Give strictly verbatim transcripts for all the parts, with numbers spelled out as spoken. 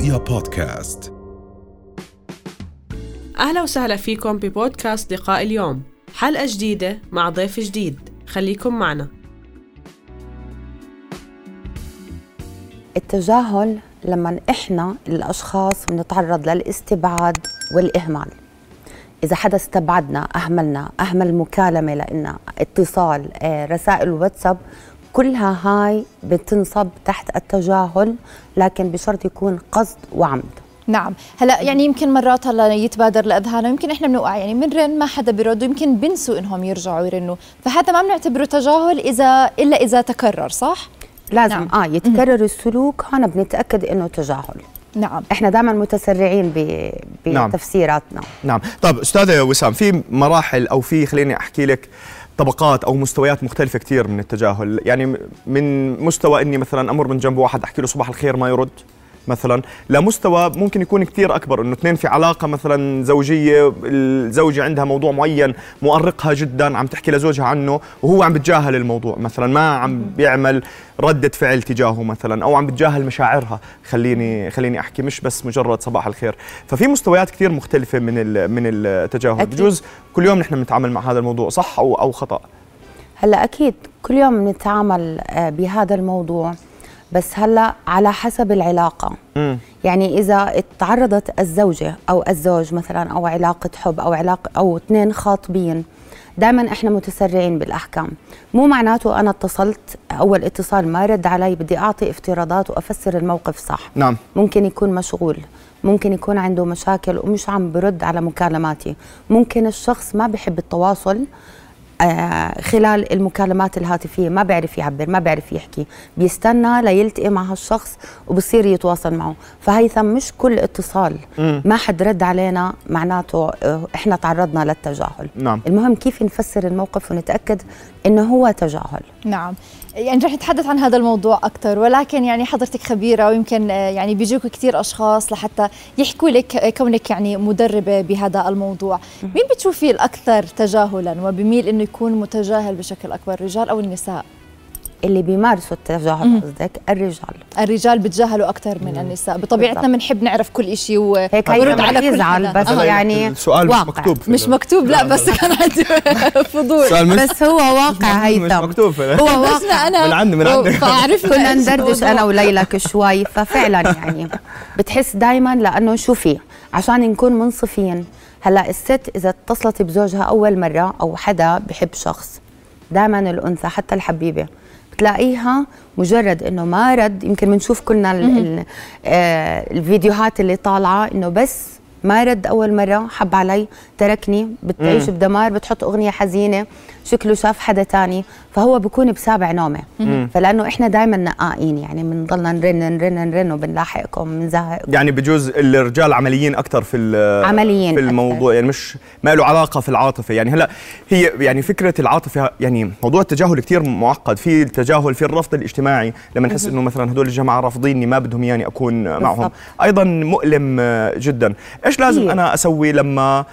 رؤيا بودكاست. أهلا وسهلا فيكم ببودكاست لقاء اليوم، حلقة جديدة مع ضيف جديد، خليكم معنا. التجاهل لما إحنا الأشخاص بنتعرض للاستبعاد والإهمال. إذا حدا استبعدنا، أهملنا، أهمل مكالمة لنا، اتصال، رسائل واتساب، كلها هاي بتنصب تحت التجاهل، لكن بشرط يكون قصد وعمد. نعم. هلا يعني يمكن مرات هلا يتبادر لاذهاننا، يمكن احنا بنوقع يعني بنرن ما حدا بيرد، ويمكن بنسوا انهم يرجعوا يرنوا، فهذا ما بنعتبره تجاهل اذا الا اذا تكرر، صح؟ لازم نعم. اه يتكرر م- السلوك، هنا بنتاكد انه تجاهل. نعم. احنا دائما متسرعين بتفسيراتنا. نعم. نعم. طيب استاذه وسام، في مراحل او في خليني احكي لك طبقات او مستويات مختلفه كثير من التجاهل، يعني من مستوى اني مثلا امر من جنب واحد احكي له صباح الخير ما يرد مثلا، لمستوى ممكن يكون كثير اكبر، انه اثنين في علاقه مثلا زوجيه، الزوجه عندها موضوع معين مؤرقها جدا عم تحكي لزوجها عنه وهو عم بتجاهل الموضوع، مثلا ما عم بيعمل رده فعل تجاهه مثلا، او عم بتجاهل مشاعرها، خليني خليني احكي مش بس مجرد صباح الخير. ففي مستويات كثير مختلفه من من التجاهل. بجوز كل يوم نحن بنتعامل مع هذا الموضوع، صح او او خطا؟ هلا اكيد كل يوم بنتعامل بهذا الموضوع، بس هلا على حسب العلاقة. م. يعني إذا تعرضت الزوجة أو الزوج مثلا، أو علاقة حب أو علاقة أو اثنين خاطبين، دائما إحنا متسرعين بالأحكام. مو معناته أنا اتصلت أول اتصال ما رد علي بدي أعطي افتراضات وأفسر الموقف صح. نعم. ممكن يكون مشغول، ممكن يكون عنده مشاكل ومش عم برد على مكالماتي، ممكن الشخص ما بيحب التواصل آه خلال المكالمات الهاتفية، ما بيعرف يعبر، ما بيعرف يحكي، بيستنى ليلتقي مع هالشخص وبصير يتواصل معه. فهيثم مش كل اتصال م. ما حد رد علينا معناته آه احنا تعرضنا للتجاهل. نعم. المهم كيف نفسر الموقف ونتأكد انه هو تجاهل. نعم. يعني رح نتحدث عن هذا الموضوع أكثر، ولكن يعني حضرتك خبيرة، ويمكن يعني بيجوك كثير أشخاص لحتى يحكوا لك كونك يعني مدربة بهذا الموضوع. مين بتشوفي الأكثر تجاهلا وبميل إنه يكون متجاهل بشكل أكبر، الرجال أو النساء؟ اللي بيمارسوا التجاهل قصدك؟ الرجال. الرجال بتجاهلوا أكثر من النساء، بطبيعتنا بنحب نعرف كل شيء ورد على كل حدا، بس آه. يعني السؤال مش مكتوب مش مكتوب لا, لا بس كان عندي فضول، بس هو واقع هيثم، مش مكتوب هو واقع أنا من عندي من عندي كنا ندردش أنا وليلك شوي، ففعلا يعني بتحس دايما، لأنه شوفي عشان نكون منصفين، هلا الست إذا اتصلت بزوجها أول مرة أو حدا بحب شخص، دائما الأنثى حتى الحبيبة بتلاقيها مجرد انه ما رد، يمكن بنشوف كلنا ال ال آه الفيديوهات اللي طالعه انه بس ما رد اول مره، حب علي، تركني، بتعيش بدمار، بتحط اغنيه حزينه، شكله شاف حدا تاني، فهو بكون بسابع نومه. مم. فلانه احنا دائما نقائين، يعني بنضلنا نرن نرن نرن وبنلاحقكم بنزهقكم. يعني بجوز الرجال عمليين اكثر في عمليين في الموضوع أكتر. يعني مش ما له علاقه في العاطفه. يعني هلا هي يعني فكره العاطفه، يعني موضوع التجاهل كثير معقد. في التجاهل، في الرفض الاجتماعي، لما نحس انه مثلا هدول الجماعه رافضيني، ما بدهم ياني اكون بالضبط. معهم، ايضا مؤلم جدا. ايش لازم انا اسوي لما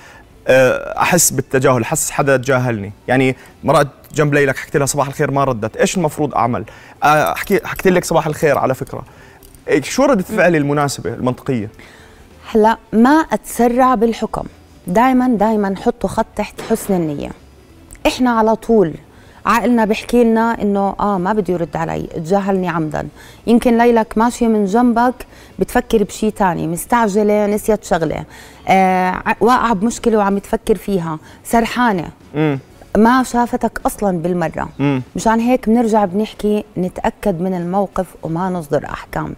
احس بالتجاهل، احس حدا تجاهلني؟ يعني مرات جنب ليلك حكيت لها صباح الخير ما ردت، ايش المفروض اعمل؟ احكي حكيت لك صباح الخير على فكره، شو ردة فعلي المناسبه المنطقيه؟ هلا ما اتسرع بالحكم، دائما دائما حطوا خط تحت حسن النيه. احنا على طول عقلنا بيحكي لنا انه اه ما بده يرد علي، تجاهلني عمدا. يمكن ليلك ماشيه من جنبك بتفكر بشيء ثاني، مستعجله، نسيت شغله، آه واقعه بمشكله وعم تفكر فيها، سرحانه، م. ما شافتك اصلا بالمره. م. مشان هيك بنرجع بنحكي نتاكد من الموقف وما نصدر احكام،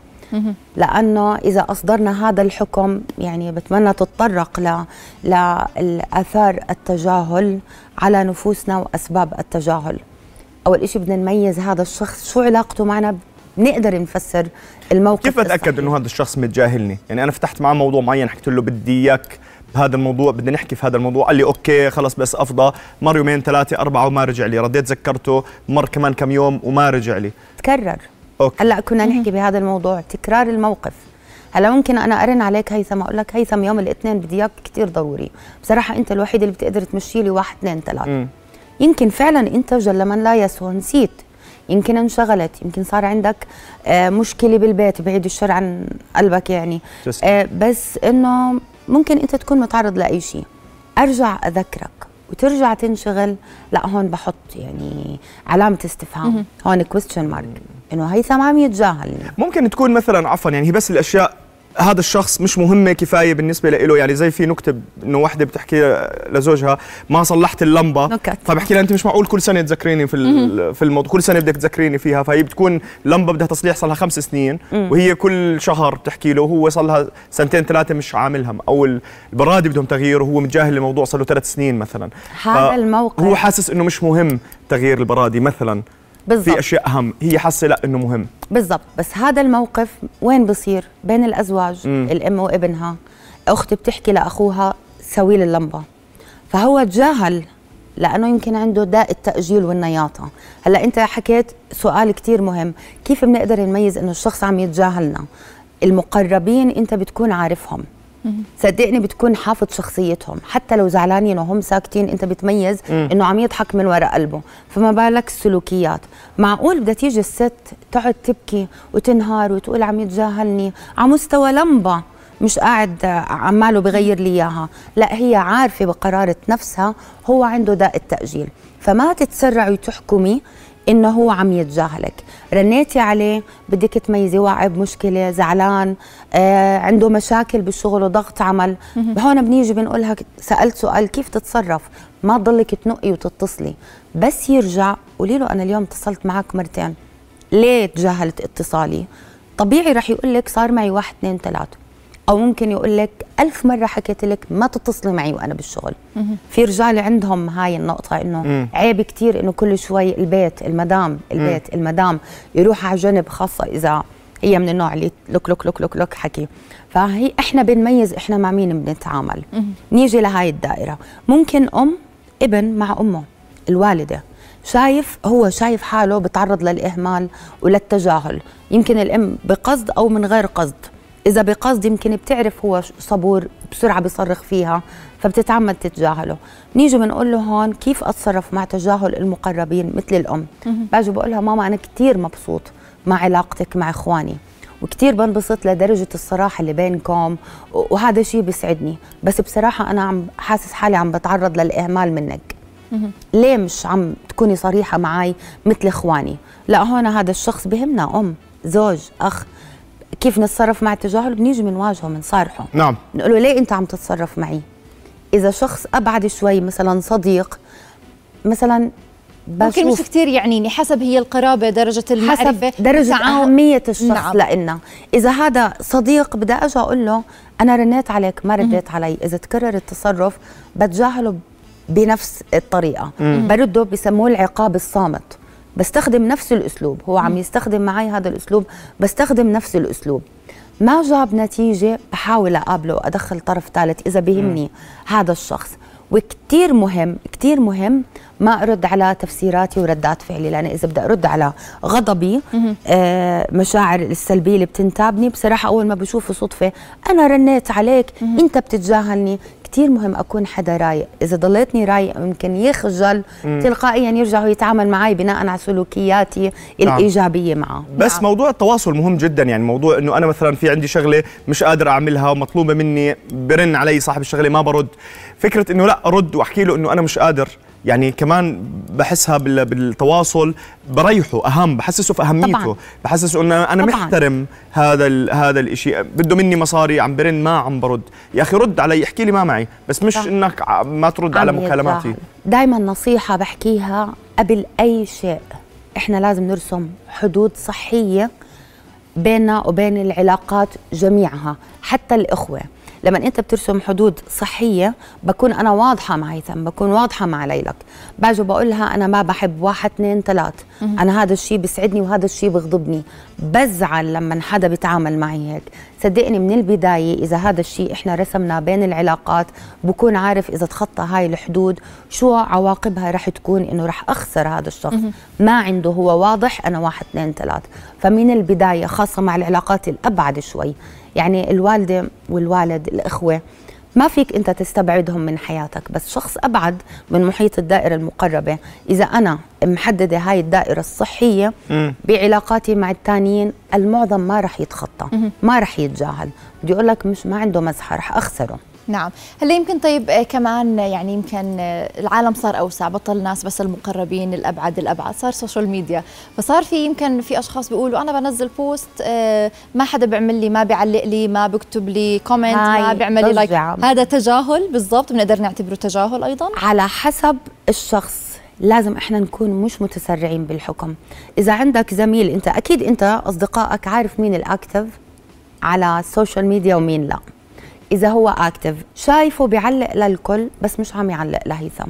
لأنه إذا أصدرنا هذا الحكم يعني بتمنى تتطرق ل لآثار التجاهل على نفوسنا وأسباب التجاهل. أول إشي بدنا نميز هذا الشخص شو علاقته معنا، بنقدر نفسر الموقف. كيف أتأكد إنه هذا الشخص متجاهلني؟ يعني أنا فتحت معه موضوع معين، حكيت له بدي إياك بهذا الموضوع، بدنا نحكي في هذا الموضوع، قال لي أوكي خلص بس أفضى، مر يومين ثلاثة أربعة وما رجع لي، رديت ذكرته، مر كمان كم يوم وما رجع لي. تكرر. أوكي. هلا كنا نحكي بهذا الموضوع، تكرار الموقف. هلا ممكن انا ارن عليك هيثم، اقول لك هيثم يوم الاثنين بدي اياك كثير ضروري، بصراحه انت الوحيد اللي بتقدر تمشي لي واحد اثنين ثلاثه. يمكن فعلا انت جل من لا يسهو نسيت، يمكن انشغلت، يمكن صار عندك آه مشكله بالبيت، بعيد الشر عن قلبك يعني، آه بس انه ممكن انت تكون متعرض لاي شيء، ارجع اذكرك وترجع تنشغل، لا هون بحط يعني علامه استفهام، هون كويستشن مارك، انه هيثم عم يتجاهلني. ممكن تكون مثلا عفوا يعني هي بس الاشياء هذا الشخص مش مهمه كفايه بالنسبه له، يعني زي في نكته انه وحده بتحكي لزوجها ما صلحت اللمبه، نكت. فبحكي لها انت مش معقول كل سنه تذكريني في في الموضوع، كل سنه بدك تذكريني فيها، فهي بتكون لمبه بدها تصليح صار لها خمس سنين مم. وهي كل شهر بتحكي له، وهو صار لها سنتين ثلاثه مش عاملها، او البرادي بدهم تغيير وهو متجاهل الموضوع صار له ثلاث سنين مثلا. هذا الموقف هو حاسس انه مش مهم تغيير البرادي مثلا، بالضبط. في اشياء اهم، هي حاسه لا انه مهم بالضبط. بس هذا الموقف وين بصير؟ بين الازواج، مم. الام وابنها، اختي بتحكي لاخوها سوي لي اللمبه، فهو تجاهل لانه يمكن عنده داء التاجيل والنياطه. هلا انت حكيت سؤال كثير مهم، كيف بنقدر نميز انه الشخص عم يتجاهلنا؟ المقربين انت بتكون عارفهم، صدقني بتكون حافظ شخصيتهم، حتى لو زعلانين وهم ساكتين انت بتميز مم. انه عم يضحك من وراء قلبه، فما بالك السلوكيات. معقول بدها تيجي الست تقعد تبكي وتنهار وتقول عم يتجاهلني على مستوى لمبه، مش قاعد عماله بغير لي اياها، لا هي عارفه بقرارة نفسها هو عنده داء التأجيل، فما تتسرعي تحكمي انه هو عم يتجاهلك. رنيتي عليه بدك تميزي واعي بمشكله، زعلان، آه عنده مشاكل بالشغل وضغط عمل، هون بنيجي بنقولها سالت سؤال كيف تتصرف، ما تضلك تنقي وتتصلي، بس يرجع قولي له انا اليوم اتصلت معك مرتين، ليه تجاهلت اتصالي؟ طبيعي رح يقول لك صار معي واحد اثنين ثلاثه، او ممكن يقول لك ألف مره حكيت لك ما تتصلي معي وانا بالشغل. في رجال عندهم هاي النقطه انه عيب كثير انه كل شوي البيت المدام البيت المدام يروح على جنب، خاصه اذا هي من النوع اللي لك لك لك لك لك حكي. فهي احنا بنميز احنا مع مين بنتعامل. نيجي لهاي الدائره، ممكن ام ابن مع امه الوالده، شايف هو شايف حاله بتعرض للاهمال وللتجاهل، يمكن الام بقصد او من غير قصد. إذا بقصد يمكن بتعرف هو صبور بسرعة بيصرخ فيها فبتتعمد تتجاهله. نيجي بنقول له هون كيف أتصرف مع تجاهل المقربين مثل الأم. باجي بقول لها ماما أنا كتير مبسوط مع علاقتك مع إخواني وكتير بنبسط لدرجة الصراحة اللي بينكم وهذا شيء بيسعدني، بس بصراحة أنا عم حاسس حالي عم بتعرض للإهمال منك. ليه مش عم تكوني صريحة معي مثل إخواني؟ لا هون هذا الشخص بهمنا، أم، زوج، أخ. كيف نتصرف مع التجاهل؟ بنيجي بنواجهه بنصارحه. نعم. نقول له ليه انت عم تتصرف معي؟ اذا شخص ابعد شوي مثلا صديق مثلا ممكن مش كثير يعنيني، حسب هي القرابه، درجه المعرفه، حسب درجه اهميه الشخص. نعم. لنا اذا هذا صديق بدي اجي اقول له انا رنيت عليك ما رديت علي، اذا تكرر التصرف بتجاهله بنفس الطريقه، مم. برده بسموه العقاب الصامت، بستخدم نفس الأسلوب، هو عم يستخدم معي هذا الأسلوب بستخدم نفس الأسلوب، ما جاب نتيجة بحاول أقابله وأدخل طرف ثالث إذا بيهمني هذا الشخص. وكتير مهم كتير مهم ما أرد على تفسيراتي وردات فعلي، لأن إذا بدي أرد على غضبي آه مشاعر السلبية اللي بتنتابني بصراحة أول ما بشوفه صدفة أنا رنيت عليك أنت بتتجاهلني، كتير مهم أكون حدا رايق. إذا ضليتني رايق يمكن يخجل مم. تلقائيا يرجع ويتعامل معي بناء على سلوكياتي نعم. الإيجابية معه. بس نعم. موضوع التواصل مهم جدا، يعني موضوع إنه أنا مثلا في عندي شغلة مش قادر أعملها ومطلوبة مني، برن علي صاحب الشغلة ما برد، فكرة إنه لا أرد وأحكي له إنه أنا مش قادر، يعني كمان بحسها بالتواصل بريحه، اهم بحسسه في اهميته طبعاً. بحسسه انه انا طبعاً. محترم هذا هذا الشيء، بده مني مصاري عم برن ما عم برد، يا اخي رد علي احكي لي ما معي، بس مش طبعاً. انك ما ترد على مكالماتي. دائما نصيحه بحكيها قبل اي شيء، احنا لازم نرسم حدود صحيه بيننا وبين العلاقات جميعها، حتى الاخوه. لما انت بترسم حدود صحيه بكون انا واضحه مع هيثم، بكون واضحه مع ليلك، باجي بقول لها انا ما بحب واحد اثنين ثلاث، انا هذا الشيء بيسعدني وهذا الشيء بيغضبني، بزعل لما حدا بيتعامل معي هيك. صدقني من البدايه اذا هذا الشيء احنا رسمنا بين العلاقات بكون عارف اذا تخطى هاي الحدود شو عواقبها رح تكون، انه رح اخسر هذا الشخص، ما عنده هو واضح انا واحد اثنين ثلاث. فمن البدايه خاصه مع العلاقات الابعد شوي، يعني الوالده والوالد الاخوه ما فيك أنت تستبعدهم من حياتك. بس شخص أبعد من محيط الدائرة المقربة، إذا أنا محددة هاي الدائرة الصحية م. بعلاقاتي مع التانيين، المعظم ما رح يتخطى، م. ما رح يتجاهل، بدي أقول لك مش ما عنده مزحة، رح أخسره. نعم. هلا يمكن طيب كمان يعني يمكن العالم صار أوسع، بطل الناس بس المقربين، الأبعد الأبعد صار سوشيال ميديا، فصار في يمكن في أشخاص بيقولوا أنا بنزل بوست ما حدا بيعمل لي، ما بيعلق لي، ما بيكتب لي كومنت، ما بيعمل لي لايك، هذا تجاهل بالضبط، بنقدر نعتبره تجاهل أيضا؟ على حسب الشخص، لازم احنا نكون مش متسرعين بالحكم. إذا عندك زميل، أنت أكيد أنت أصدقائك عارف مين الأكتف على السوشيال ميديا ومين لا. إذا هو أكتف شايفه بيعلق للكل بس مش عم يعلق لهيثم،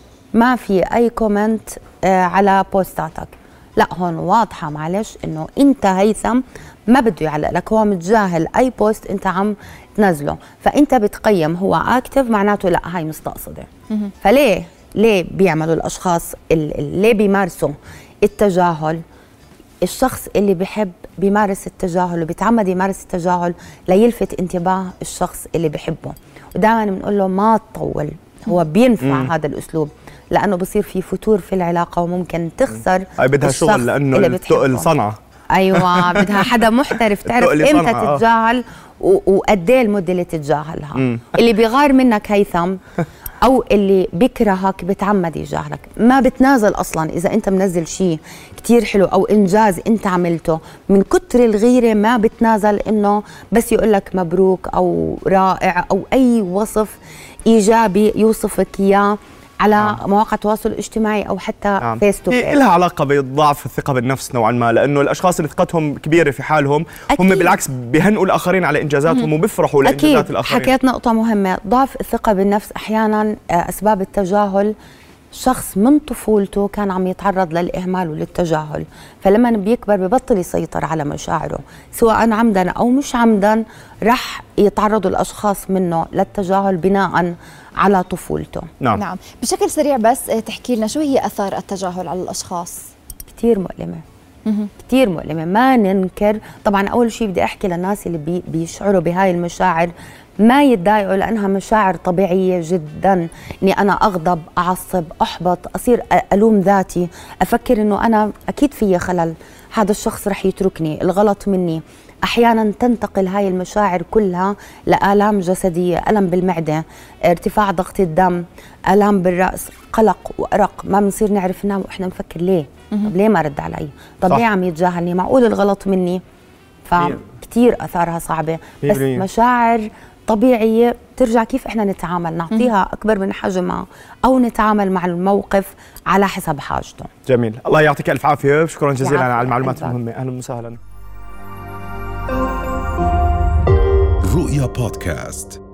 ما في أي كومنت آه على بوستاتك، لا هون واضحة معلش إنه أنت هيثم ما بده يعلق لك، هو متجاهل أي بوست أنت عم تنزله، فأنت بتقيم هو أكتف معناته لا هاي مستقصدة. فليه ليه بيعملوا الأشخاص اللي بيمارسوا التجاهل؟ الشخص اللي بيحب بيمارس التجاهل وبيتعمد يمارس التجاهل ليلفت انتباه الشخص اللي بيحبه، ودائما بنقول له ما تطول، هو بينفع مم. هذا الأسلوب لأنه بصير في فتور في العلاقة وممكن تخسر. هاي بدها شغل لأنه التقل صنعة. أيوة بدها حدا محترف تعرف إمتى تتجاهل وقد ايه المدة اللي تتجاهلها. مم. اللي بيغار منك هيثم أو اللي بيكرهك بتعمد يجاهلك، ما بتنازل أصلاً إذا أنت منزل شيء كتير حلو أو إنجاز أنت عملته، من كتر الغيرة ما بتنازل إنه بس يقولك مبروك أو رائع أو أي وصف إيجابي يوصفك إياه على آه. مواقع التواصل الاجتماعي او حتى آه. فيس تو فيس. لها علاقه بضعف الثقه بالنفس نوعا ما، لانه الاشخاص اللي ثقتهم كبيره في حالهم أكيد. هم بالعكس بيهنئوا الاخرين على انجازاتهم وبيفرحوا لانجازات الاخرين. حكيت نقطه مهمه، ضعف الثقه بالنفس احيانا اسباب التجاهل شخص من طفولته كان عم يتعرض للإهمال وللتجاهل، فلما بيكبر ببطل يسيطر على مشاعره سواء عمدا أو مش عمدا، رح يتعرضوا الأشخاص منه للتجاهل بناء على طفولته. نعم. نعم. بشكل سريع بس تحكي لنا شو هي أثار التجاهل على الأشخاص؟ كتير مؤلمة كتير مؤلمة، ما ننكر. طبعا أول شيء بدي أحكي للناس اللي بي بيشعروا بهاي المشاعر ما يتضايقوا لأنها مشاعر طبيعية جدا، إني أنا أغضب، أعصب، أحبط، أصير ألوم ذاتي، أفكر إنه أنا أكيد فيا خلل، هذا الشخص رح يتركني، الغلط مني. أحيانا تنتقل هاي المشاعر كلها لآلام جسدية، ألم بالمعدة، ارتفاع ضغط الدم، آلام بالرأس، قلق وأرق، ما بنصير نعرف ننام وإحنا نفكر ليه؟ طب ليه ما رد علي؟ طب ليه عم يتجاهلني؟ معقول الغلط مني؟ فكتير أثارها صعبة، بس مشاعر طبيعية ترجع كيف إحنا نتعامل، نعطيها أكبر من حجمها أو نتعامل مع الموقف على حسب حاجته. جميل، الله يعطيك ألف عافية، شكرا جزيلا على المعلومات المهمة. أهلا وسهلا. رؤيا بودكاست.